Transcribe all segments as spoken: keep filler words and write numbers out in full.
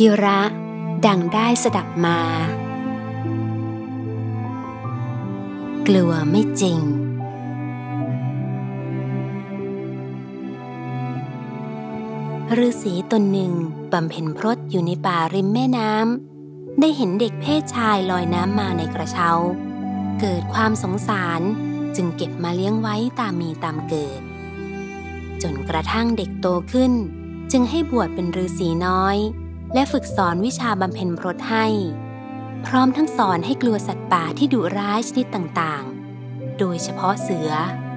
กิระดังได้สดับมากลัวไม่จริงฤาษีตนหนึ่งบำเพ็ญพรตอยู่ในป่าริมแม่น้ำได้เห็นเด็กเพศชายลอยน้ำมาในกระเช้าเกิดความสงสารจึงเก็บมาเลี้ยงไว้ตามมีตามเกิดจนกระทั่งเด็กโตขึ้นจึงให้บวชเป็นฤาษีน้อยและฝึกสอนวิชาบำเพ็ญพรตให้พร้อมทั้งสอนให้กลัวสัตว์ป่าที่ดุร้ายชนิดต่างๆโดยเฉพาะเสือ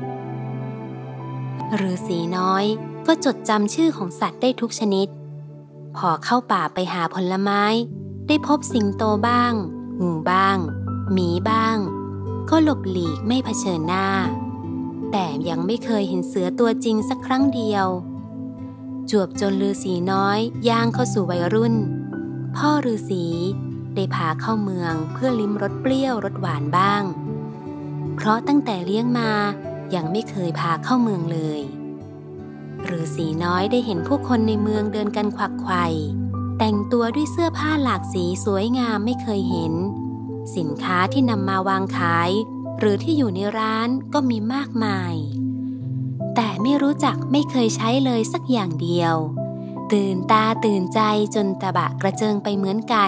ฤาษีน้อยก็จดจำชื่อของสัตว์ได้ทุกชนิดพอเข้าป่าไปหาผลไม้ได้พบสิงโตบ้างงูบ้างหมีบ้างก็หลบหลีกไม่เผชิญหน้าแต่ยังไม่เคยเห็นเสือตัวจริงสักครั้งเดียวจวบจนฤาษีน้อยย่างเข้าสู่วัยรุ่นพ่อฤาษีได้พาเข้าเมืองเพื่อลิ้มรสเปรี้ยวรสหวานบ้างเพราะตั้งแต่เลี้ยงมายังไม่เคยพาเข้าเมืองเลยฤาษีน้อยได้เห็นผู้คนในเมืองเดินกันขวักไขว่แต่งตัวด้วยเสื้อผ้าหลากสีสวยงามไม่เคยเห็นสินค้าที่นำมาวางขายหรือที่อยู่ในร้านก็มีมากมายแต่ไม่รู้จักไม่เคยใช้เลยสักอย่างเดียวตื่นตาตื่นใจจนตะบะกระเจิงไปเหมือนกัน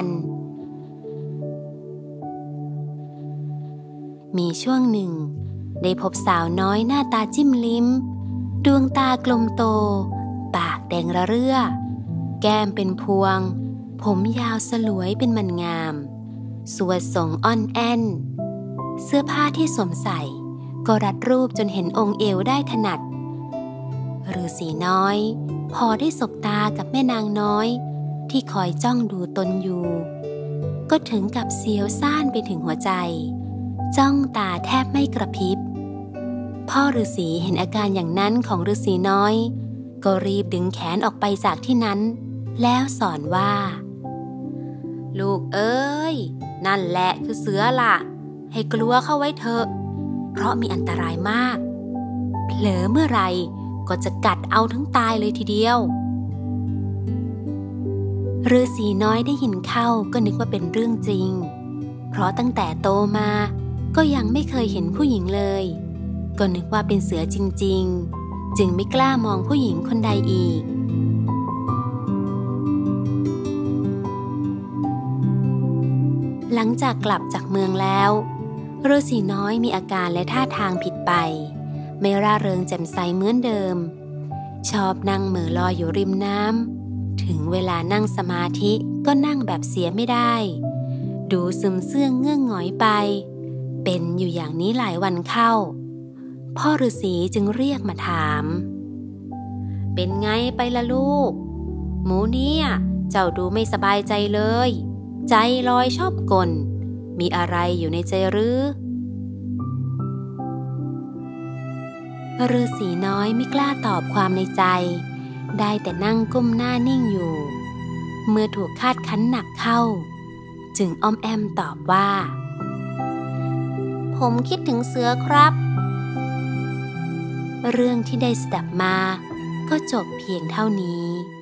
มีช่วงหนึ่งได้พบสาวน้อยหน้าตาจิ้มลิ้มดวงตากลมโตปากแดงระเรื่อแก้มเป็นพวงผมยาวสลวยเป็นมันงามสวดทรงอ่อนแอนเสื้อผ้าที่สวมใส่ก็รัดรูปจนเห็นองค์เอวได้ถนัดฤาษีน้อยพอได้สบตากับแม่นางน้อยที่คอยจ้องดูตนอยู่ก็ถึงกับเสียวซ่านไปถึงหัวใจจ้องตาแทบไม่กระพริบพ่อฤาษีเห็นอาการอย่างนั้นของฤาษีน้อยก็รีบดึงแขนออกไปจากที่นั้นแล้วสอนว่าลูกเอ้ยนั่นแหละคือเสือล่ะให้กลัวเข้าไว้เถอะเพราะมีอันตรายมากเผลอเมื่อไรก็จะกัดเอาทั้งตายเลยทีเดียวฤาษีน้อยได้ยินเข้าก็นึกว่าเป็นเรื่องจริงเพราะตั้งแต่โตมาก็ยังไม่เคยเห็นผู้หญิงเลยก็นึกว่าเป็นเสือจริงๆจึงไม่กล้ามองผู้หญิงคนใดอีกหลังจากกลับจากเมืองแล้วฤาษีน้อยมีอาการและท่าทางผิดไปไม่ร่าเริงแจ่มใสเหมือนเดิมชอบนั่งเหม่อลอยอยู่ริมน้ำถึงเวลานั่งสมาธิก็นั่งแบบเสียไม่ได้ดูซึมเสื่องเงื่องหงอยไปเป็นอยู่อย่างนี้หลายวันเข้าพ่อฤาษีจึงเรียกมาถามเป็นไงไปล่ะลูกหมูเนี่ยเจ้าดูไม่สบายใจเลยใจลอยชอบกลมีอะไรอยู่ในใจหรือฤาษีน้อยไม่กล้าตอบความในใจได้แต่นั่งก้มหน้านิ่งอยู่เมื่อถูกคาดคั้นหนักเข้าจึงอ้อมแอมตอบว่าผมคิดถึงเสือครับเรื่องที่ได้สดับมาก็จบเพียงเท่านี้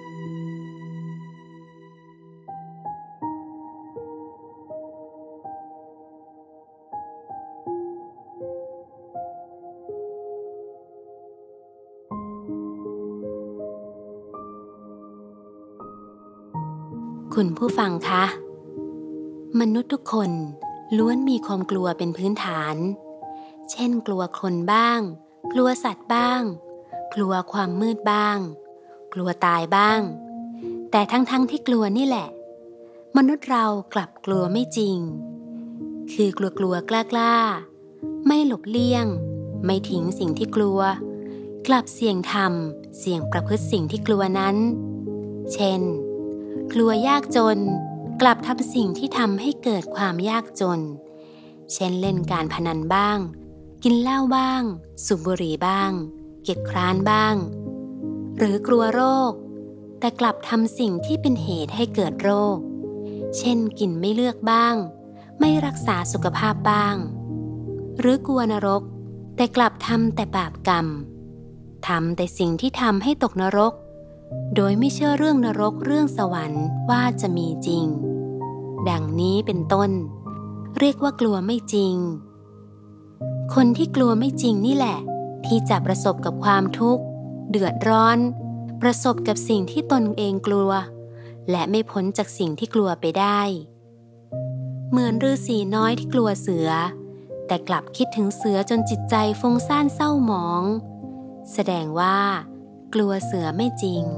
คุณผู้ฟังคะมนุษย์ทุกคนล้วนมีความกลัวเป็นพื้นฐานเช่นกลัวคนบ้างกลัวสัตว์บ้างกลัวความมืดบ้างกลัวตายบ้างแต่ทั้งๆที่กลัวนี่แหละมนุษย์เรากลับกลัวไม่จริงคือกลัวกลัวกล้ากล้าไม่หลบเลี่ยงไม่ทิ้งสิ่งที่กลัวกลับเสี่ยงทำเสี่ยงประพฤติสิ่งที่กลัวนั้นเช่นกลัวยากจนกลับทำสิ่งที่ทำให้เกิดความยากจนเช่นเล่นการพนันบ้างกินเหล้าบ้างสูบบุหรี่บ้างเกียจคร้านบ้างหรือกลัวโรคแต่กลับทำสิ่งที่เป็นเหตุให้เกิดโรคเช่นกินไม่เลือกบ้างไม่รักษาสุขภาพบ้างหรือกลัวนรกแต่กลับทำแต่บาปกรรมทำแต่สิ่งที่ทำให้ตกนรกโดยไม่เชื่อเรื่องนรกเรื่องสวรรค์ว่าจะมีจริงดังนี้เป็นต้นเรียกว่ากลัวไม่จริงคนที่กลัวไม่จริงนี่แหละที่จะประสบกับความทุกข์เดือดร้อนประสบกับสิ่งที่ตนเองกลัวและไม่พ้นจากสิ่งที่กลัวไปได้เหมือนฤาษีน้อยที่กลัวเสือแต่กลับคิดถึงเสือจนจิตใจฟุ้งซ่านเศร้าหมองแสดงว่ากลัวเสือไม่จริง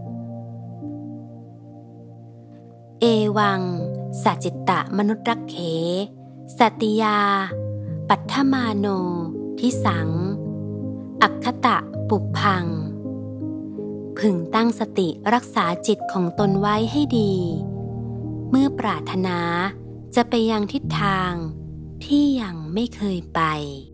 เอวังสัจจิตตมนุษย์รักเขสัตติยาปัทถมาโนทิสังอัคคตะปุพพังพึงตั้งสติรักษาจิตของตนไว้ให้ดีเมื่อปรารถนาจะไปยังทิศทางที่ยังไม่เคยไป